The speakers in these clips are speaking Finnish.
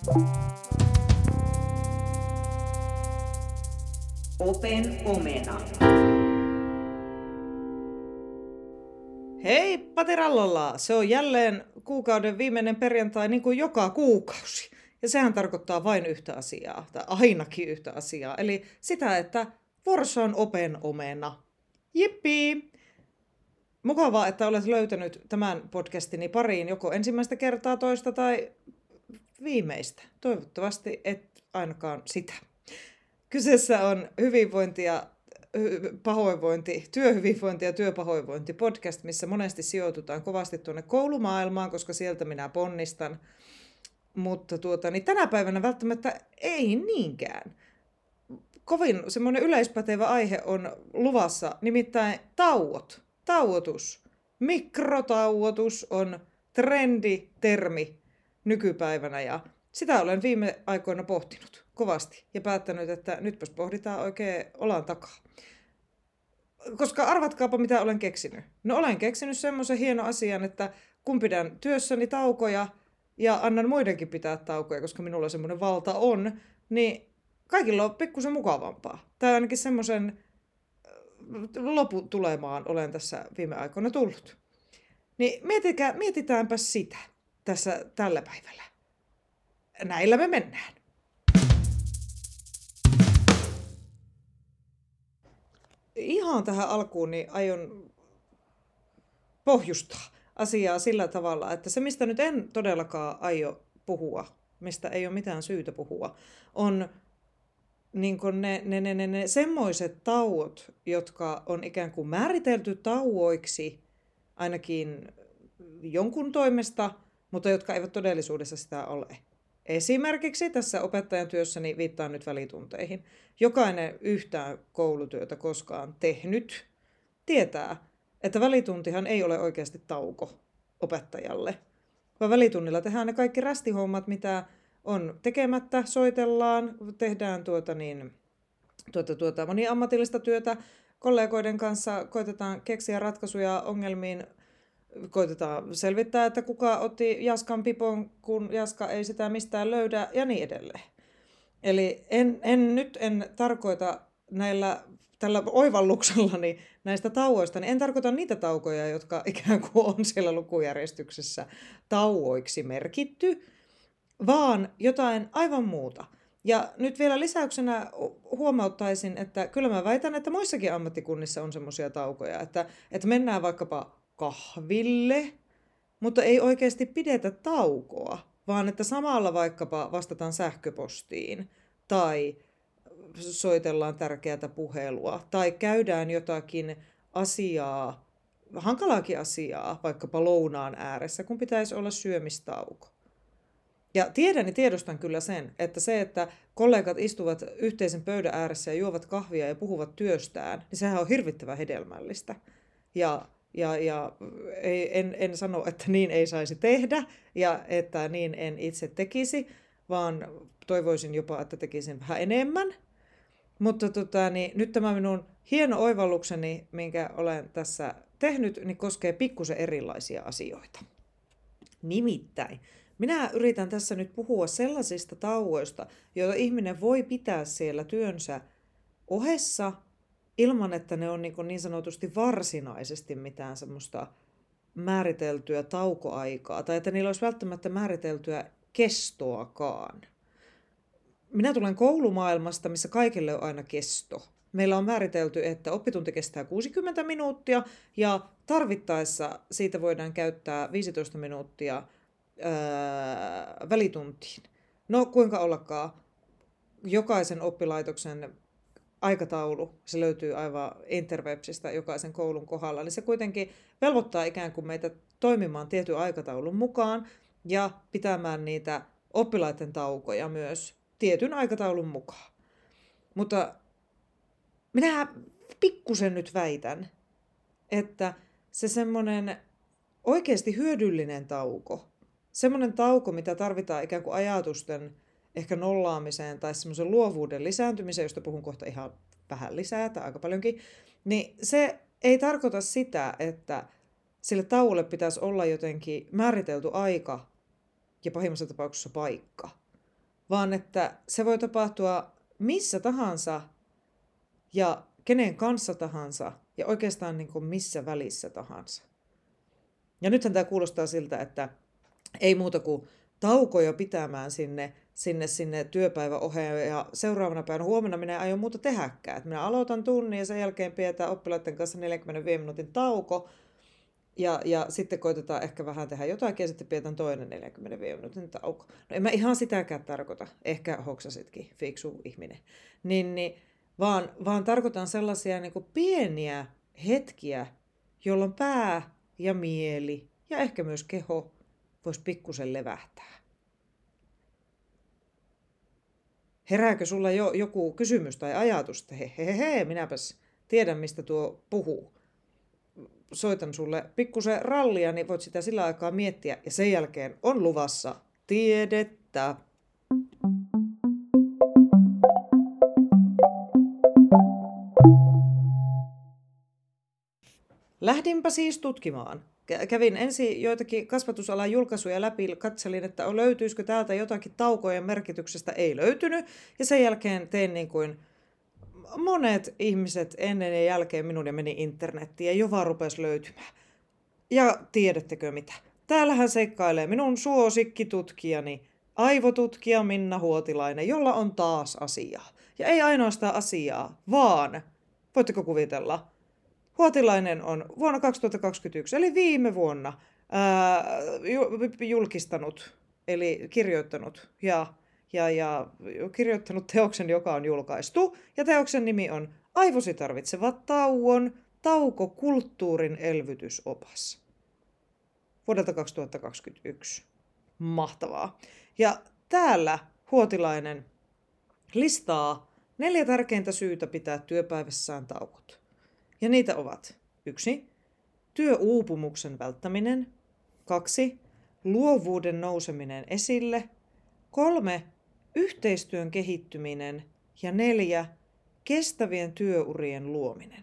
Open omena. Hei Patirallalla! Se on jälleen kuukauden viimeinen perjantai niin kuin joka kuukausi. Ja sehän tarkoittaa vain yhtä asiaa, tai ainakin yhtä asiaa. Eli sitä, että vuorossa on Open omena. Jippii! Mukavaa, että olet löytänyt tämän podcastini pariin joko ensimmäistä kertaa, toista tai viimeistä. Toivottavasti et ainakaan sitä. Kyseessä on työhyvinvointi ja työpahoinvointi podcast, missä monesti sijoitutaan kovasti tuonne koulumaailmaan, koska sieltä minä ponnistan. Mutta niin tänä päivänä välttämättä ei niinkään. Kovin semmoinen yleispätevä aihe on luvassa, nimittäin tauotus. Mikrotauotus on trenditermi nykypäivänä ja sitä olen viime aikoina pohtinut kovasti ja päättänyt, että nytpäs pohditaan oikein olan takaa. Koska arvatkaapa mitä olen keksinyt. No olen keksinyt semmoisen hienon asian, että kun pidän työssäni taukoja ja annan muidenkin pitää taukoja, koska minulla semmoinen valta on, niin kaikilla on pikkusen mukavampaa. Tai ainakin semmoisen lopputulemaan olen tässä viime aikoina tullut. Niin mietitäänpä sitä tässä tällä päivällä. Näillä me mennään. Ihan tähän alkuun niin aion pohjustaa asiaa sillä tavalla, että se mistä nyt en todellakaan aio puhua, mistä ei ole mitään syytä puhua, on niin kuin ne semmoiset tauot, jotka on ikään kuin määritelty tauoiksi ainakin jonkun toimesta, mutta jotka eivät todellisuudessa sitä ole. Esimerkiksi tässä opettajan työssäni viittaan nyt välitunteihin. Jokainen yhtään koulutyötä koskaan tehnyt tietää, että välituntihan ei ole oikeasti tauko opettajalle. Vaan välitunnilla tehdään ne kaikki rästihommat, mitä on tekemättä, soitellaan, tehdään moniammatillista työtä kollegoiden kanssa, koitetaan keksiä ratkaisuja ongelmiin, koitetaan selvittää, että kuka otti Jaskan pipon, kun Jaska ei sitä mistään löydä ja niin edelleen. Eli en tarkoita tällä oivalluksellani näistä tauoista, niin en tarkoita niitä taukoja, jotka ikään kuin on siellä lukujärjestyksessä tauoiksi merkitty, vaan jotain aivan muuta. Ja nyt vielä lisäyksenä huomauttaisin, että kyllä mä väitän, että muissakin ammattikunnissa on semmoisia taukoja, että mennään vaikkapa kahville, mutta ei oikeasti pidetä taukoa, vaan että samalla vaikkapa vastataan sähköpostiin tai soitellaan tärkeätä puhelua tai käydään jotakin asiaa, hankalaakin asiaa, vaikkapa lounaan ääressä, kun pitäisi olla syömistauko. Ja tiedostan kyllä sen, että kollegat istuvat yhteisen pöydän ääressä ja juovat kahvia ja puhuvat työstään, niin sehän on hirvittävän hedelmällistä. Ja en sano, että niin ei saisi tehdä ja että niin en itse tekisi, vaan toivoisin jopa, että tekisin vähän enemmän. Mutta nyt tämä minun hieno oivallukseni, minkä olen tässä tehnyt, niin koskee pikkusen erilaisia asioita. Nimittäin minä yritän tässä nyt puhua sellaisista tauoista, joita ihminen voi pitää siellä työnsä ohessa, ilman, että ne on niin sanotusti varsinaisesti mitään semmoista määriteltyä taukoaikaa, tai että niillä olisi välttämättä määriteltyä kestoakaan. Minä tulen koulumaailmasta, missä kaikille on aina kesto. Meillä on määritelty, että oppitunti kestää 60 minuuttia, ja tarvittaessa siitä voidaan käyttää 15 minuuttia välituntiin. No kuinka ollakaan, jokaisen oppilaitoksen aikataulu, se löytyy aivan interwebsistä jokaisen koulun kohdalla, niin se kuitenkin velvoittaa ikään kuin meitä toimimaan tietyn aikataulun mukaan ja pitämään niitä oppilaiden taukoja myös tietyn aikataulun mukaan. Mutta minä pikkusen nyt väitän, että se semmoinen oikeasti hyödyllinen tauko, semmoinen tauko, mitä tarvitaan ikään kuin ajatusten ehkä nollaamiseen tai semmoisen luovuuden lisääntymiseen, josta puhun kohta ihan vähän lisää tai aika paljonkin, niin se ei tarkoita sitä, että sille tauolle pitäisi olla jotenkin määritelty aika ja pahimmassa tapauksessa paikka. vaan että se voi tapahtua missä tahansa ja kenen kanssa tahansa ja oikeastaan niin kuin missä välissä tahansa. Ja nythän tämä kuulostaa siltä, että ei muuta kuin taukoja pitämään sinne työpäivän oheen ja seuraavana päivänä huomenna minä en aio muuta tehdäkään. Että minä aloitan tunnin ja sen jälkeen pidetään oppilaiden kanssa 45 minuutin tauko ja sitten koitetaan ehkä vähän tehdä jotakin ja sitten pidetään toinen 45 minuutin tauko. No en mä ihan sitäkään tarkoita, ehkä hoksasitkin, fiksu ihminen. Vaan tarkoitan sellaisia niin kuin pieniä hetkiä, jolloin pää ja mieli ja ehkä myös keho voisi pikkusen levähtää. Herääkö sulla jo joku kysymys tai ajatus, että minäpäs tiedän mistä tuo puhuu. Soitan sulle pikkusen rallia, niin voit sitä sillä aikaa miettiä ja sen jälkeen on luvassa tiedettä. Lähdinpä siis tutkimaan. Kävin ensin joitakin kasvatusalan julkaisuja läpi, katselin, että löytyisikö täältä jotakin taukojen merkityksestä, ei löytynyt. Ja sen jälkeen tein niin kuin monet ihmiset ennen ja jälkeen minun ja meni internettiin ja jo vaan rupesi löytymään. Ja tiedättekö mitä? Täällähän seikkailee minun suosikkitutkijani, aivotutkija Minna Huotilainen, jolla on taas asiaa. Ja ei ainoastaan asiaa, vaan, voitteko kuvitella, Huotilainen on vuonna 2021, eli viime vuonna, julkistanut, eli kirjoittanut ja kirjoittanut teoksen, joka on julkaistu. Ja teoksen nimi on Aivosi tarvitsevat tauon, taukokulttuurin elvytysopas. Vuodelta 2021. Mahtavaa. Ja täällä Huotilainen listaa 4 tärkeintä syytä pitää työpäivässään tauot. Ja niitä ovat 1. Työuupumuksen välttäminen. 2. Luovuuden nouseminen esille. 3. Yhteistyön kehittyminen. Ja 4. Kestävien työurien luominen.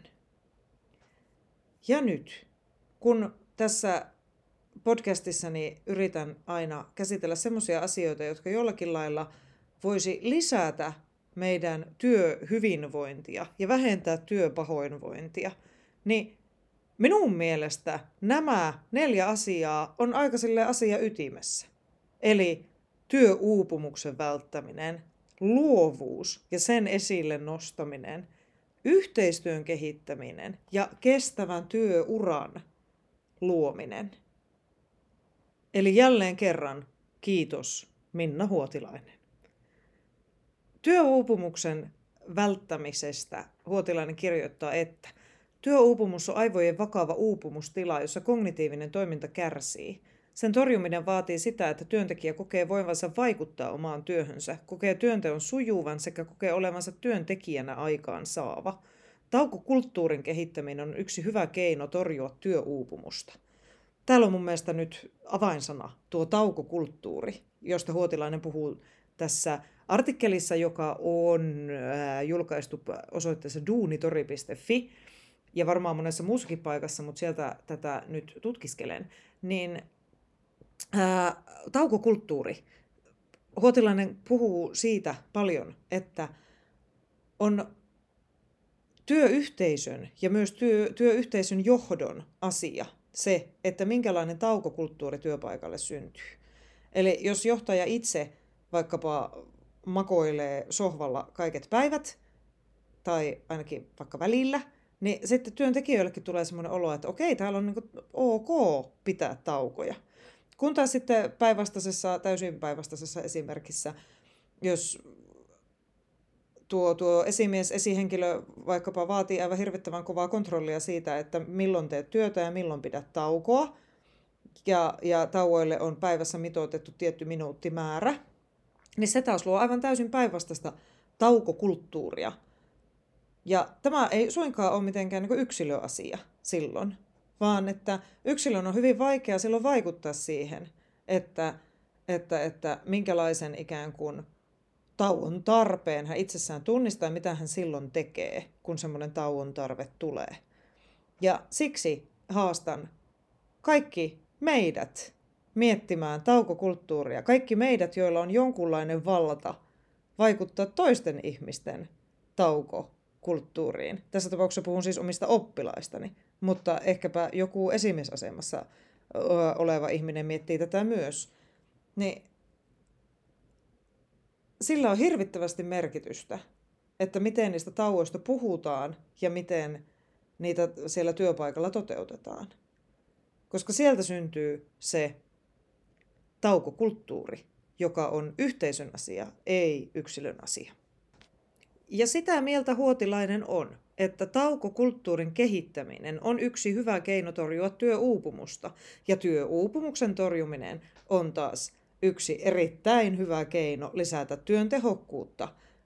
Ja nyt, kun tässä podcastissani yritän aina käsitellä semmoisia asioita, jotka jollakin lailla voisi lisätä meidän työhyvinvointia ja vähentää työpahoinvointia, niin minun mielestä nämä 4 asiaa on aika silleen asia ytimessä. Eli työuupumuksen välttäminen, luovuus ja sen esille nostaminen, yhteistyön kehittäminen ja kestävän työuran luominen. Eli jälleen kerran kiitos Minna Huotilainen. Työuupumuksen välttämisestä Huotilainen kirjoittaa, että työuupumus on aivojen vakava uupumustila, jossa kognitiivinen toiminta kärsii. Sen torjuminen vaatii sitä, että työntekijä kokee voivansa vaikuttaa omaan työhönsä, kokee työnteon sujuvan sekä kokee olevansa työntekijänä aikaan saava. Taukokulttuurin kehittäminen on yksi hyvä keino torjua työuupumusta. Täällä on mun mielestä nyt avainsana tuo taukokulttuuri, josta Huotilainen puhuu tässä artikkelissa, joka on julkaistu osoitteessa duunitori.fi ja varmaan monessa muussakin paikassa, mutta sieltä tätä nyt tutkiskelen, niin taukokulttuuri. Huotilainen puhuu siitä paljon, että on työyhteisön ja myös työyhteisön johdon asia se, että minkälainen taukokulttuuri työpaikalle syntyy. Eli jos johtaja itse vaikkapa makoilee sohvalla kaiket päivät, tai ainakin vaikka välillä, niin sitten työntekijöillekin tulee semmoinen olo, että okei, täällä on niin ok pitää taukoja. Kun taas sitten täysin päinvastaisessa esimerkissä, jos tuo esimies, esihenkilö vaikkapa vaatii aivan hirvittävän kovaa kontrollia siitä, että milloin teet työtä ja milloin pidät taukoa, ja tauoille on päivässä mitoitettu tietty minuuttimäärä, niin se taas luo aivan täysin päinvastaista taukokulttuuria. Ja tämä ei suinkaan ole mitenkään niin yksilöasia silloin, vaan että yksilön on hyvin vaikea silloin vaikuttaa siihen, että minkälaisen ikään kuin tauon tarpeen hän itsessään tunnistaa ja mitä hän silloin tekee, kun semmoinen tauon tarve tulee. Ja siksi haastan kaikki meidät miettimään taukokulttuuria. Kaikki meidät, joilla on jonkunlainen valta vaikuttaa toisten ihmisten taukokulttuuriin. Tässä tapauksessa puhun siis omista oppilaistani, mutta ehkäpä joku esimiesasemassa oleva ihminen miettii tätä myös. Niin sillä on hirvittävästi merkitystä, että miten niistä tauoista puhutaan ja miten niitä siellä työpaikalla toteutetaan. Koska sieltä syntyy se taukokulttuuri, joka on yhteisön asia, ei yksilön asia. Ja sitä mieltä Huotilainen on, että taukokulttuurin kehittäminen on yksi hyvä keino torjua työuupumusta. Ja työuupumuksen torjuminen on taas yksi erittäin hyvä keino lisätä työn tehokkuutta.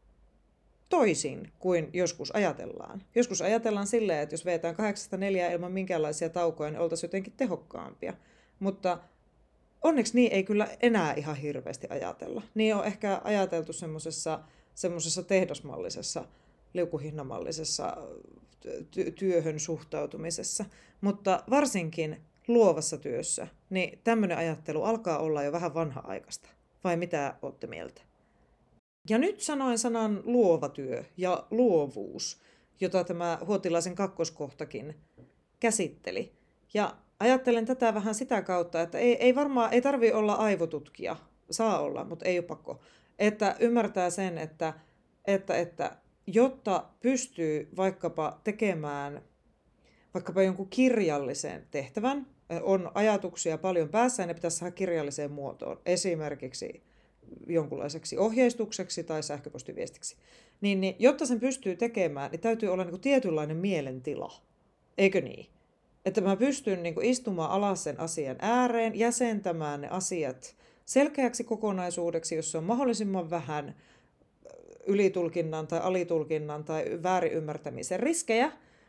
Toisin kuin joskus ajatellaan. Joskus ajatellaan silleen, että jos vetään 8-4 ilman minkäänlaisia taukoja, niin oltaisiin jotenkin tehokkaampia. Mutta onneksi niin ei kyllä enää ihan hirveästi ajatella. Niin on ehkä ajateltu semmoisessa tehdasmallisessa, liukuhihnamallisessa työhön suhtautumisessa. Mutta varsinkin luovassa työssä, niin tämmöinen ajattelu alkaa olla jo vähän vanha-aikaista. Vai mitä olette mieltä? Ja nyt sanoin sanan luova työ ja luovuus, jota tämä Huotilaisen kakkoskohtakin käsitteli. Ja ajattelen tätä vähän sitä kautta, että ei tarvitse olla aivotutkija, saa olla, mutta ei ole pakko, että ymmärtää sen, että jotta pystyy vaikkapa tekemään vaikkapa jonkun kirjallisen tehtävän, on ajatuksia paljon päässä ja ne pitäisi saada kirjalliseen muotoon, esimerkiksi jonkunlaiseksi ohjeistukseksi tai sähköpostiviestiksi. Niin, jotta sen pystyy tekemään, niin täytyy olla niin tietynlainen mielentila. Eikö niin? Että mä pystyn niin istumaan alas sen asian ääreen, jäsentämään ne asiat selkeäksi kokonaisuudeksi, jossa on mahdollisimman vähän ylitulkinnan tai alitulkinnan tai väärinymmärtämisen riskejä.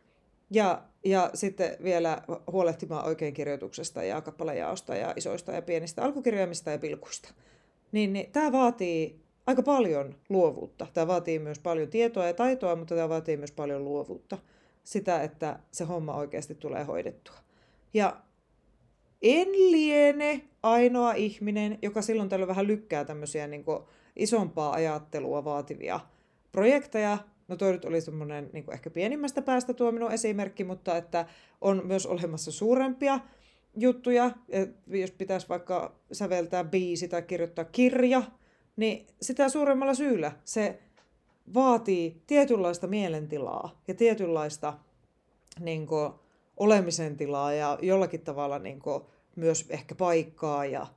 Ja sitten vielä huolehtimaan oikeinkirjoituksesta ja kappalejaosta ja isoista ja pienistä alkukirjaimista ja pilkuista. Niin tämä vaatii aika paljon luovuutta. Tämä vaatii myös paljon tietoa ja taitoa, mutta tämä vaatii myös paljon luovuutta. Sitä, että se homma oikeasti tulee hoidettua. Ja en liene ainoa ihminen, joka silloin tällöin vähän lykkää tämmöisiä niin kuin isompaa ajattelua vaativia projekteja. No toi nyt oli semmoinen niin kuin ehkä pienimmästä päästä tuo minun esimerkki, mutta että on myös olemassa suurempia juttuja. Jos pitäisi vaikka säveltää biisi tai kirjoittaa kirja, niin sitä suuremmalla syyllä se vaatii tietynlaista mielentilaa ja tietynlaista niin kuin, olemisen tilaa ja jollakin tavalla niin kuin, myös ehkä paikkaa ja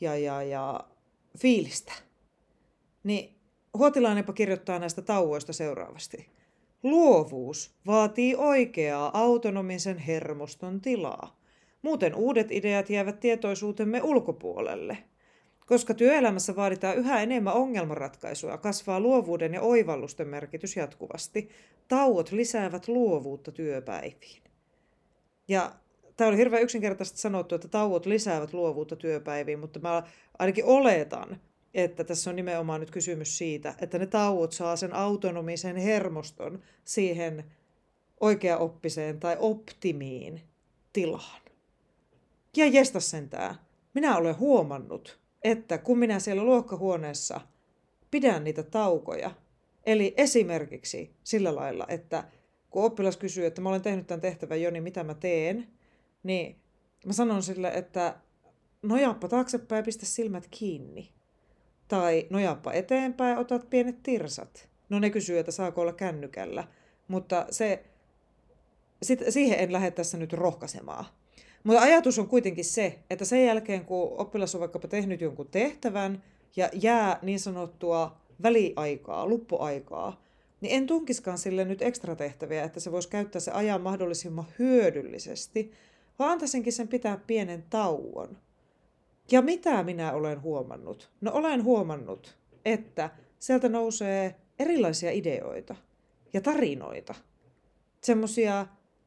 fiilistä. Niin Huotilainenpa kirjoittaa näistä tauoista seuraavasti. Luovuus vaatii oikeaa autonomisen hermoston tilaa. Muuten uudet ideat jäävät tietoisuutemme ulkopuolelle. Koska työelämässä vaaditaan yhä enemmän ongelmanratkaisua, kasvaa luovuuden ja oivallusten merkitys jatkuvasti. Tauot lisäävät luovuutta työpäiviin. Ja tämä oli hirveän yksinkertaisesti sanottu, että tauot lisäävät luovuutta työpäiviin, mutta mä ainakin oletan, että tässä on nimenomaan nyt kysymys siitä, että ne tauot saa sen autonomisen hermoston siihen oikeaoppiseen tai optimiin tilaan. Ja jestas sentään, minä olen huomannut, että kun minä siellä luokkahuoneessa pidän niitä taukoja, eli esimerkiksi sillä lailla, että kun oppilas kysyy, että mä olen tehnyt tämän tehtävän jo, niin mitä mä teen, niin mä sanon sille, että nojaappa taaksepäin ja pistä silmät kiinni. Tai nojaappa eteenpäin ja otat pienet tirsat. No ne kysyy, että saako olla kännykällä, mutta siihen en lähde tässä nyt rohkaisemaan. Mutta ajatus on kuitenkin se, että sen jälkeen kun oppilas on vaikkapa tehnyt jonkun tehtävän ja jää niin sanottua väliaikaa, luppuaikaa, niin en tunkiskaan sille nyt ekstra tehtäviä, että se voisi käyttää se ajan mahdollisimman hyödyllisesti, vaan antaisinkin sen pitää pienen tauon. Ja mitä minä olen huomannut? No olen huomannut, että sieltä nousee erilaisia ideoita ja tarinoita. Semmoisia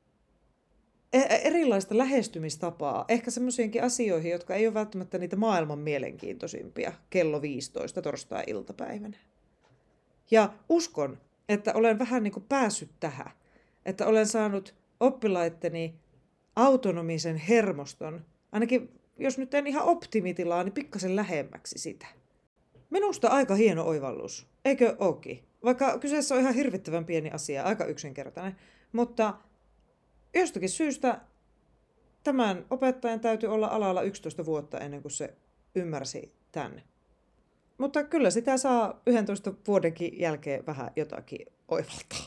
erilaista lähestymistapaa, ehkä semmoisiinkin asioihin, jotka ei ole välttämättä niitä maailman mielenkiintoisimpia kello 15 torstai-iltapäivänä. Ja uskon, että olen vähän niin kuin päässyt tähän, että olen saanut oppilaitteni autonomisen hermoston, ainakin jos nyt en ihan optimitilaa, niin pikkasen lähemmäksi sitä. Minusta aika hieno oivallus, eikö ookin? Vaikka kyseessä on ihan hirvittävän pieni asia, aika yksinkertainen. Mutta jostakin syystä tämän opettajan täytyy olla alalla 11 vuotta ennen kuin se ymmärsi tämän. Mutta kyllä sitä saa 11 vuodenkin jälkeen vähän jotakin oivaltaa.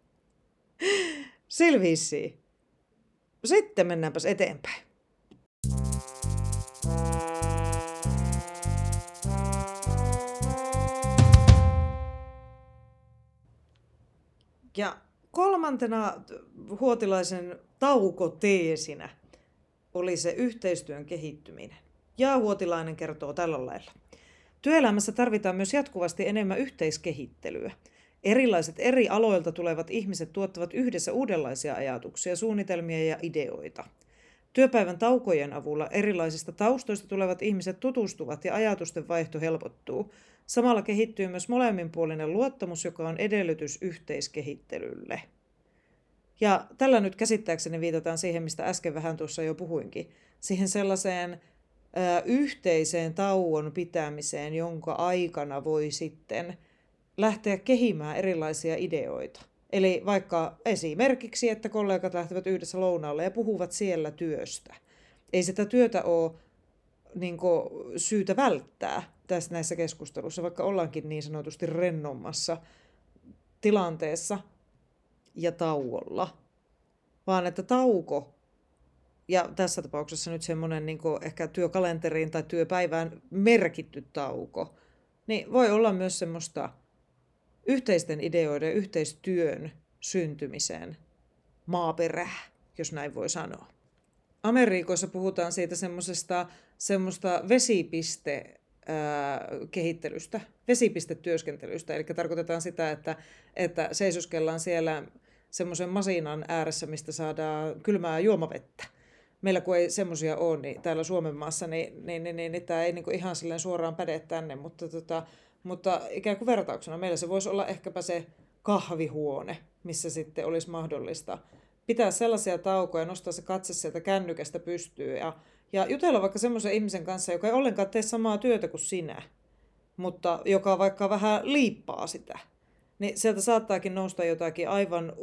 Silvissiin. Sitten mennäänpäs eteenpäin. Ja kolmantena Huotilaisen taukoteesinä oli se yhteistyön kehittyminen. Ja Huotilainen kertoo tällä lailla. Työelämässä tarvitaan myös jatkuvasti enemmän yhteiskehittelyä. Erilaiset eri aloilta tulevat ihmiset tuottavat yhdessä uudenlaisia ajatuksia, suunnitelmia ja ideoita. Työpäivän taukojen avulla erilaisista taustoista tulevat ihmiset tutustuvat ja ajatusten vaihto helpottuu. Samalla kehittyy myös molemminpuolinen luottamus, joka on edellytys yhteiskehittelylle. Ja tällä nyt käsittääkseni viitataan siihen, mistä äsken vähän tuossa jo puhuinkin. Siihen sellaiseen yhteiseen tauon pitämiseen, jonka aikana voi sitten lähteä kehimään erilaisia ideoita. Eli vaikka esimerkiksi, että kollegat lähtevät yhdessä lounaalle ja puhuvat siellä työstä. Ei sitä työtä ole syytä välttää tässä näissä keskusteluissa, vaikka ollaankin niin sanotusti rennommassa tilanteessa ja tauolla. Vaan että tauko, ja tässä tapauksessa nyt semmoinen ehkä työkalenteriin tai työpäivään merkitty tauko, niin voi olla myös semmoista yhteisten ideoiden, yhteistyön syntymiseen maaperää, jos näin voi sanoa. Amerikoissa puhutaan siitä semmoista vesipistekehittelystä, vesipistetyöskentelystä, eli tarkoitetaan sitä, että seisoskellaan siellä semmoisen masiinan ääressä, mistä saadaan kylmää juomavettä. Meillä kun ei semmoisia ole, niin täällä Suomen maassa, niin tämä ei ihan silleen suoraan päde tänne, mutta ikään kuin vertauksena meillä se voisi olla ehkäpä se kahvihuone, missä sitten olisi mahdollista pitää sellaisia taukoja, nostaa se katse sieltä kännykästä pystyyn ja jutella vaikka semmoisen ihmisen kanssa, joka ei ollenkaan tee samaa työtä kuin sinä, mutta joka vaikka vähän liippaa sitä. Niin sieltä saattaakin nousta jotakin aivan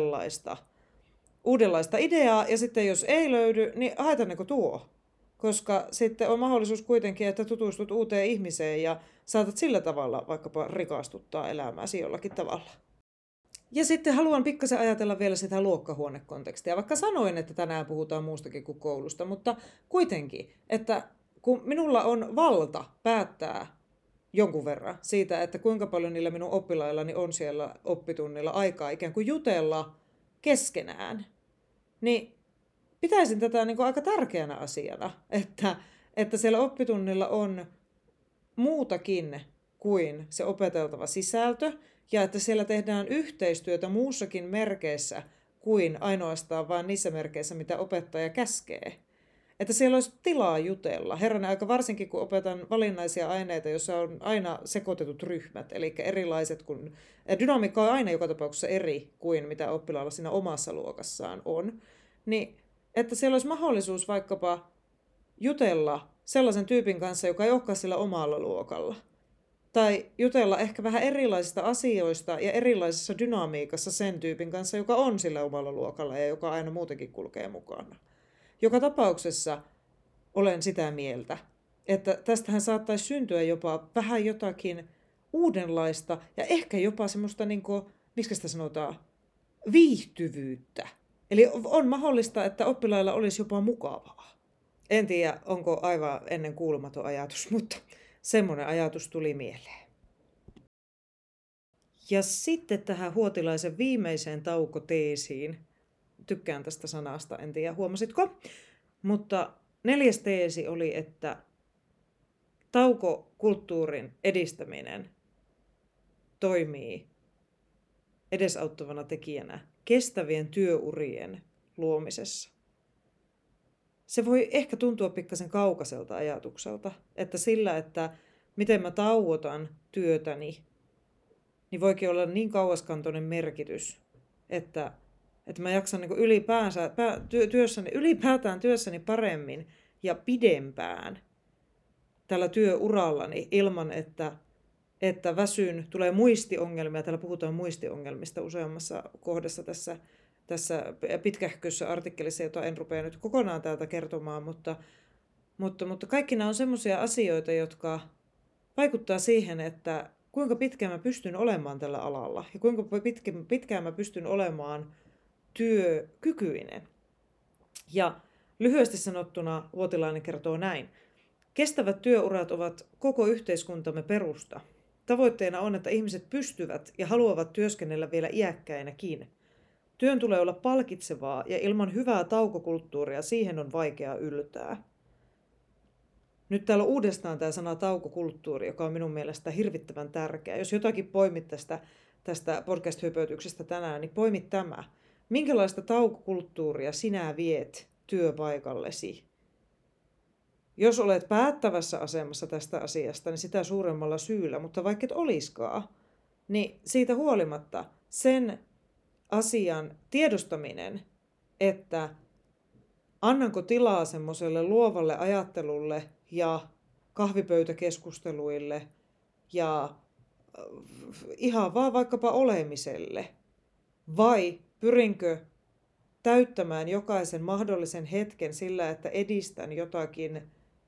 uudenlaista ideaa, ja sitten jos ei löydy, niin haeta tuo. Koska sitten on mahdollisuus kuitenkin, että tutustut uuteen ihmiseen ja saatat sillä tavalla vaikkapa rikastuttaa elämääsi jollakin tavalla. Ja sitten haluan pikkasen ajatella vielä sitä luokkahuonekontekstia, vaikka sanoin, että tänään puhutaan muustakin kuin koulusta, mutta kuitenkin, että kun minulla on valta päättää jonkun verran siitä, että kuinka paljon niillä minun oppilaillani on siellä oppitunnilla aikaa ikään kuin jutella keskenään, niin pitäisin tätä aika tärkeänä asiana, että siellä oppitunnilla on muutakin kuin se opeteltava sisältö, ja että siellä tehdään yhteistyötä muussakin merkeissä kuin ainoastaan vain niissä merkeissä, mitä opettaja käskee. Että siellä olisi tilaa jutella. Herranen aika, varsinkin kun opetan valinnaisia aineita, joissa on aina sekoitetut ryhmät, eli erilaiset, kun dynamiikka on aina joka tapauksessa eri kuin mitä oppilaalla siinä omassa luokassaan on, niin että siellä olisi mahdollisuus vaikkapa jutella sellaisen tyypin kanssa, joka ei olekaan sillä omalla luokalla. Tai jutella ehkä vähän erilaisista asioista ja erilaisessa dynamiikassa sen tyypin kanssa, joka on sillä omalla luokalla ja joka aina muutenkin kulkee mukana. Joka tapauksessa olen sitä mieltä, että tästähän saattaisi syntyä jopa vähän jotakin uudenlaista ja ehkä jopa semmoista, miksi sitä sanotaan, viihtyvyyttä. Eli on mahdollista, että oppilailla olisi jopa mukavaa. En tiedä, onko aivan ennen kuulumaton ajatus, mutta semmoinen ajatus tuli mieleen. Ja sitten tähän Huotilaisen viimeiseen taukoteesiin. Tykkään tästä sanasta, en tiedä huomasitko. Mutta 4. teesi oli, että taukokulttuurin edistäminen toimii edesauttavana tekijänä kestävien työurien luomisessa. Se voi ehkä tuntua pikkasen kaukaiselta ajatukselta, että sillä, että miten mä tauotan työtäni, niin voikin olla niin kauaskantoinen merkitys, että mä jaksan ylipäätään työssäni paremmin ja pidempään tällä työurallani ilman, että väsyn, tulee muistiongelmia. Täällä puhutaan muistiongelmista useammassa kohdassa tässä pitkähkössä artikkelissa, jota en rupea nyt kokonaan täältä kertomaan, mutta kaikki nämä on semmoisia asioita, jotka vaikuttaa siihen, että kuinka pitkään mä pystyn olemaan tällä alalla ja kuinka pitkään mä pystyn olemaan työkykyinen. Ja lyhyesti sanottuna Uotilainen kertoo näin. Kestävät työurat ovat koko yhteiskuntamme perusta. Tavoitteena on, että ihmiset pystyvät ja haluavat työskennellä vielä iäkkäinäkin. Työn tulee olla palkitsevaa ja ilman hyvää taukokulttuuria siihen on vaikea yltää. Nyt täällä on uudestaan tämä sana taukokulttuuri, joka on minun mielestä hirvittävän tärkeä. Jos jotakin poimit tästä podcast-höpötyksestä tänään, niin poimit tämä. Minkälaista taukokulttuuria sinä viet työpaikallesi? Jos olet päättävässä asemassa tästä asiasta, niin sitä suuremmalla syyllä, mutta vaikka et oliskaan, niin siitä huolimatta sen asian tiedostaminen, että annanko tilaa semmoiselle luovalle ajattelulle ja kahvipöytäkeskusteluille ja ihan vaan vaikkapa olemiselle, vai pyrinkö täyttämään jokaisen mahdollisen hetken sillä, että edistän jotakin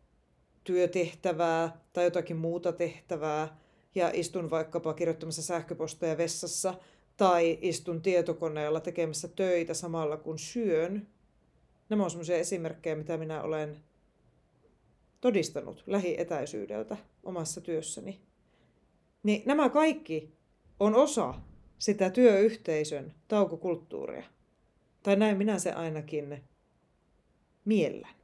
työtehtävää tai jotakin muuta tehtävää ja istun vaikkapa kirjoittamassa sähköposteja vessassa tai istun tietokoneella tekemässä töitä samalla kun syön. Nämä on sellaisia esimerkkejä, mitä minä olen todistanut lähietäisyydeltä omassa työssäni. Niin nämä kaikki on osa sitä työyhteisön taukokulttuuria. Tai näin minä se ainakin miellän.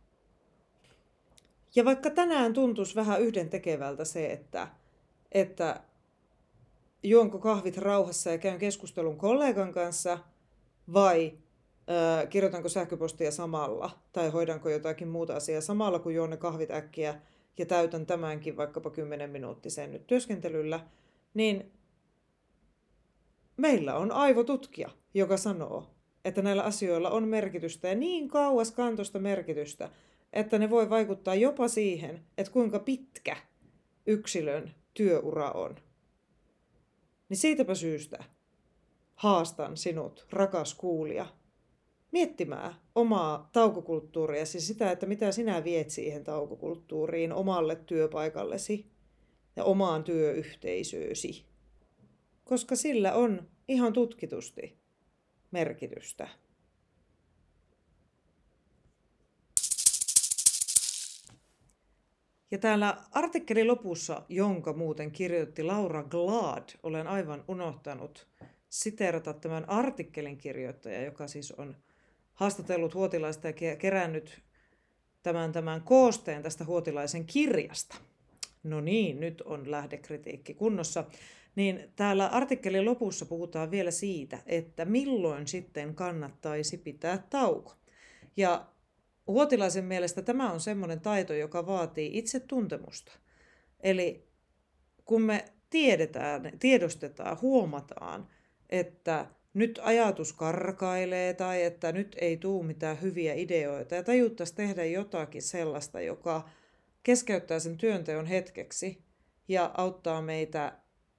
Ja vaikka tänään tuntuisi vähän yhdentekevältä se, että juonko kahvit rauhassa ja käyn keskustelun kollegan kanssa vai kirjoitanko sähköpostia samalla tai hoidanko jotakin muuta asiaa samalla, kun juon ne kahvit äkkiä ja täytän tämänkin vaikkapa 10-minuuttisen nyt työskentelyllä, niin meillä on aivotutkija, joka sanoo, että näillä asioilla on merkitystä ja niin kauaskantoista merkitystä, että ne voi vaikuttaa jopa siihen, että kuinka pitkä yksilön työura on. Niin siitäpä syystä haastan sinut, rakas kuulija, miettimään omaa taukokulttuuria, siis sitä, että mitä sinä viet siihen taukokulttuuriin, omalle työpaikallesi ja omaan työyhteisöösi. Koska sillä on ihan tutkitusti merkitystä. Ja täällä artikkelin lopussa, jonka muuten kirjoitti Laura Glad, olen aivan unohtanut siteerata tämän artikkelin kirjoittaja, joka siis on haastatellut Huotilaista ja kerännyt tämän koosteen tästä Huotilaisen kirjasta. No niin, nyt on lähdekritiikki kunnossa. Niin täällä artikkelin lopussa puhutaan vielä siitä, että milloin sitten kannattaisi pitää tauko. Ja Huotilaisen mielestä tämä on semmoinen taito, joka vaatii itsetuntemusta. Eli kun me tiedostetaan, huomataan, että nyt ajatus karkailee tai että nyt ei tule mitään hyviä ideoita ja tajuttaisiin tehdä jotakin sellaista, joka keskeyttää sen työnteon hetkeksi ja auttaa meitä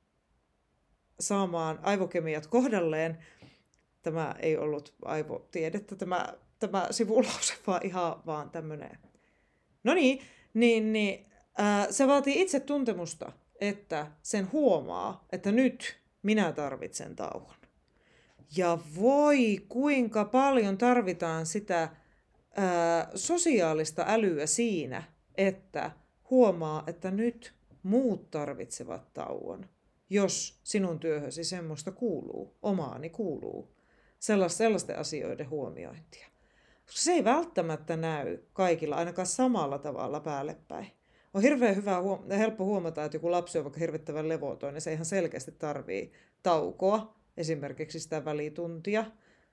saamaan aivokemiat kohdalleen. Tämä ei ollut aivotiedettä, tämä sivulause, vaan ihan vaan tämmöinen. No niin, se vaatii itsetuntemusta, että sen huomaa, että nyt minä tarvitsen tauon. Ja voi kuinka paljon tarvitaan sitä sosiaalista älyä siinä, että huomaa, että nyt muut tarvitsevat tauon, jos sinun työhösi semmoista kuuluu, omaani kuuluu, sellaisten asioiden huomiointia. Koska se ei välttämättä näy kaikilla ainakaan samalla tavalla päälle päin. On hirveän helppo huomata, että joku lapsi on vaikka hirvittävän levoton ja se ihan selkeästi tarvii taukoa, esimerkiksi sitä välituntia,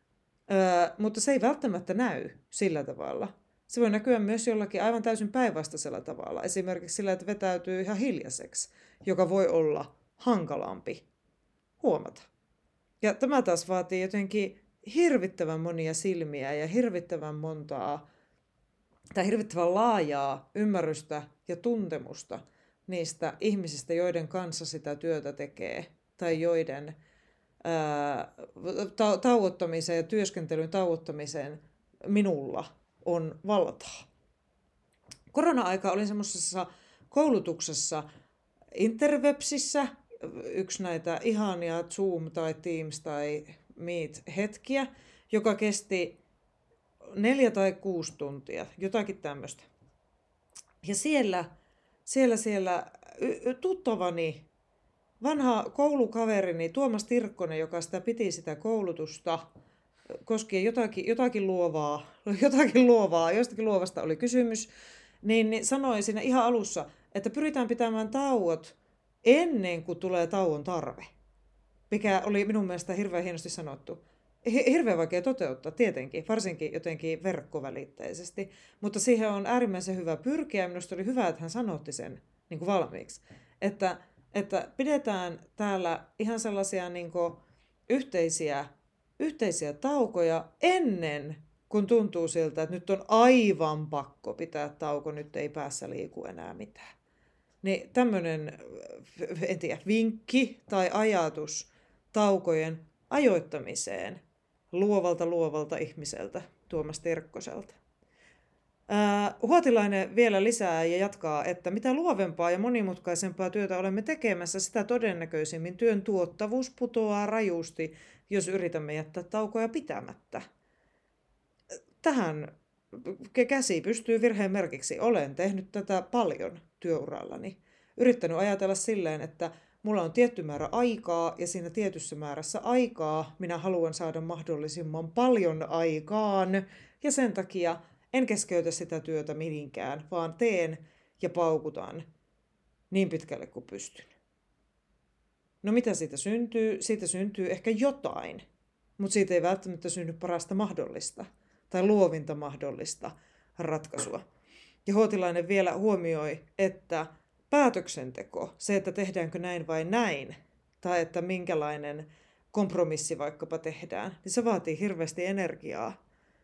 mutta se ei välttämättä näy sillä tavalla. Se voi näkyä myös jollakin aivan täysin päinvastaisella tavalla, esimerkiksi sillä, että vetäytyy ihan hiljaiseksi, joka voi olla hankalampi huomata. Ja tämä taas vaatii jotenkin hirvittävän monia silmiä ja hirvittävän montaa tai hirvittävän laajaa ymmärrystä ja tuntemusta niistä ihmisistä, joiden kanssa sitä työtä tekee, tai joiden tauottamiseen ja työskentelyn tauottamiseen minulla on valtaa. Korona-aika olin semmoisessa koulutuksessa Interwebsissä, yksi näitä ihania Zoom tai Teams tai Meet-hetkiä, joka kesti 4 tai 6 tuntia, jotakin tämmöistä. Ja siellä tuttavani, vanha koulukaverini Tuomas Tirkkonen, joka sitä piti sitä koulutusta, koskien jotakin luovaa, jostakin luovasta oli kysymys, niin sanoi siinä ihan alussa, että pyritään pitämään tauot ennen kuin tulee tauon tarve, mikä oli minun mielestä hirveän hienosti sanottu. Hirveän vaikea toteuttaa tietenkin, varsinkin jotenkin verkkovälitteisesti, mutta siihen on äärimmäisen hyvä pyrkiä ja minusta oli hyvä, että hän sanotti sen niin kuin valmiiksi. Että pidetään täällä ihan sellaisia niin kuin yhteisiä taukoja ennen kuin tuntuu siltä, että nyt on aivan pakko pitää tauko, nyt ei päässä liiku enää mitään. Niin tämmöinen, en tiedä, vinkki tai ajatus taukojen ajoittamiseen luovalta ihmiseltä, Tuomas Tirkkoselta. Huotilainen vielä lisää ja jatkaa, että mitä luovempaa ja monimutkaisempaa työtä olemme tekemässä, sitä todennäköisimmin työn tuottavuus putoaa rajusti, jos yritämme jättää taukoja pitämättä. Tähän käsi pystyy virheen merkiksi. Olen tehnyt tätä paljon työurallani. Yrittänyt ajatella silleen, että mulla on tietty määrä aikaa ja siinä tietyssä määrässä aikaa minä haluan saada mahdollisimman paljon aikaan ja sen takia en keskeytä sitä työtä mihinkään, vaan teen ja paukutan niin pitkälle kuin pystyn. No mitä siitä syntyy? Siitä syntyy ehkä jotain, mutta siitä ei välttämättä synny parasta mahdollista tai luovinta mahdollista ratkaisua. Ja Huotilainen vielä huomioi, että päätöksenteko, se, että tehdäänkö näin vai näin, tai että minkälainen kompromissi vaikkapa tehdään, niin se vaatii hirveästi energiaa.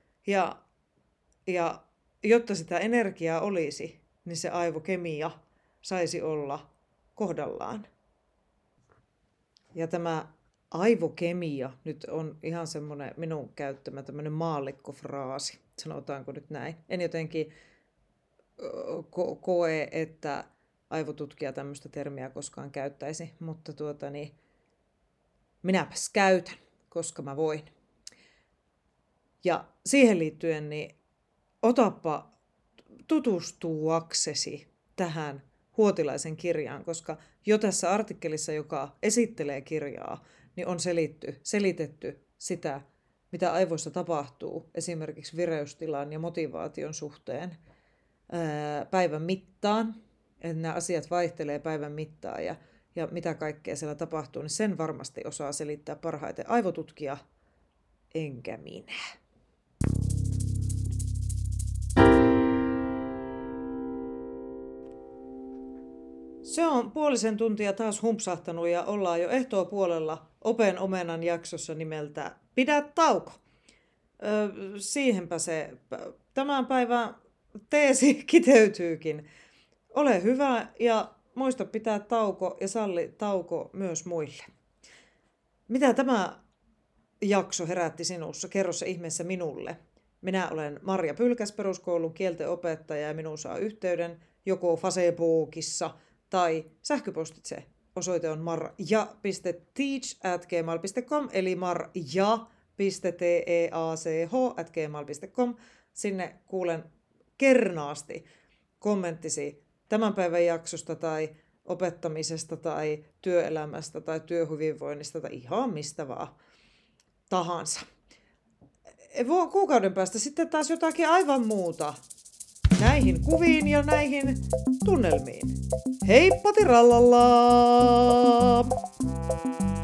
Ja jotta sitä energiaa olisi, niin se aivokemia saisi olla kohdallaan. Ja tämä aivokemia nyt on ihan semmoinen minun käyttämä tämmöinen maallikkofraasi, sanotaanko nyt näin. En jotenkin koe, että aivotutkija tämmöistä termiä koskaan käyttäisi, mutta minäpäs käytän, koska mä voin. Ja siihen liittyen, niin otappa tutustuaksesi tähän Huotilaisen kirjaan, koska jo tässä artikkelissa, joka esittelee kirjaa, niin on selitetty sitä, mitä aivoissa tapahtuu esimerkiksi vireystilan ja motivaation suhteen päivän mittaan. Että nämä asiat vaihtelee päivän mittaan ja mitä kaikkea siellä tapahtuu, niin sen varmasti osaa selittää parhaiten aivotutkija, enkä minä. Se on puolisen tuntia taas humpsahtanut ja ollaan jo ehtoopuolella Open Omenan jaksossa nimeltä Pidä tauko. Siihenpä se tämän päivän teesi kiteytyykin. Ole hyvä ja muista pitää tauko ja salli tauko myös muille. Mitä tämä jakso herätti sinussa? Kerro se ihmeessä minulle. Minä olen Marja Pylkäs, peruskoulun kielten opettaja ja minuun saa yhteyden joko Facebookissa tai sähköpostitse. Osoite on marja.teach@gmail.com eli marja.teach@gmail.com. Sinne kuulen kernaasti kommenttisi tämän päivän jaksosta tai opettamisesta tai työelämästä tai työhyvinvoinnista tai ihan mistä vaan tahansa. Kuukauden päästä sitten taas jotakin aivan muuta näihin kuviin ja näihin tunnelmiin. Heippa tirallalla!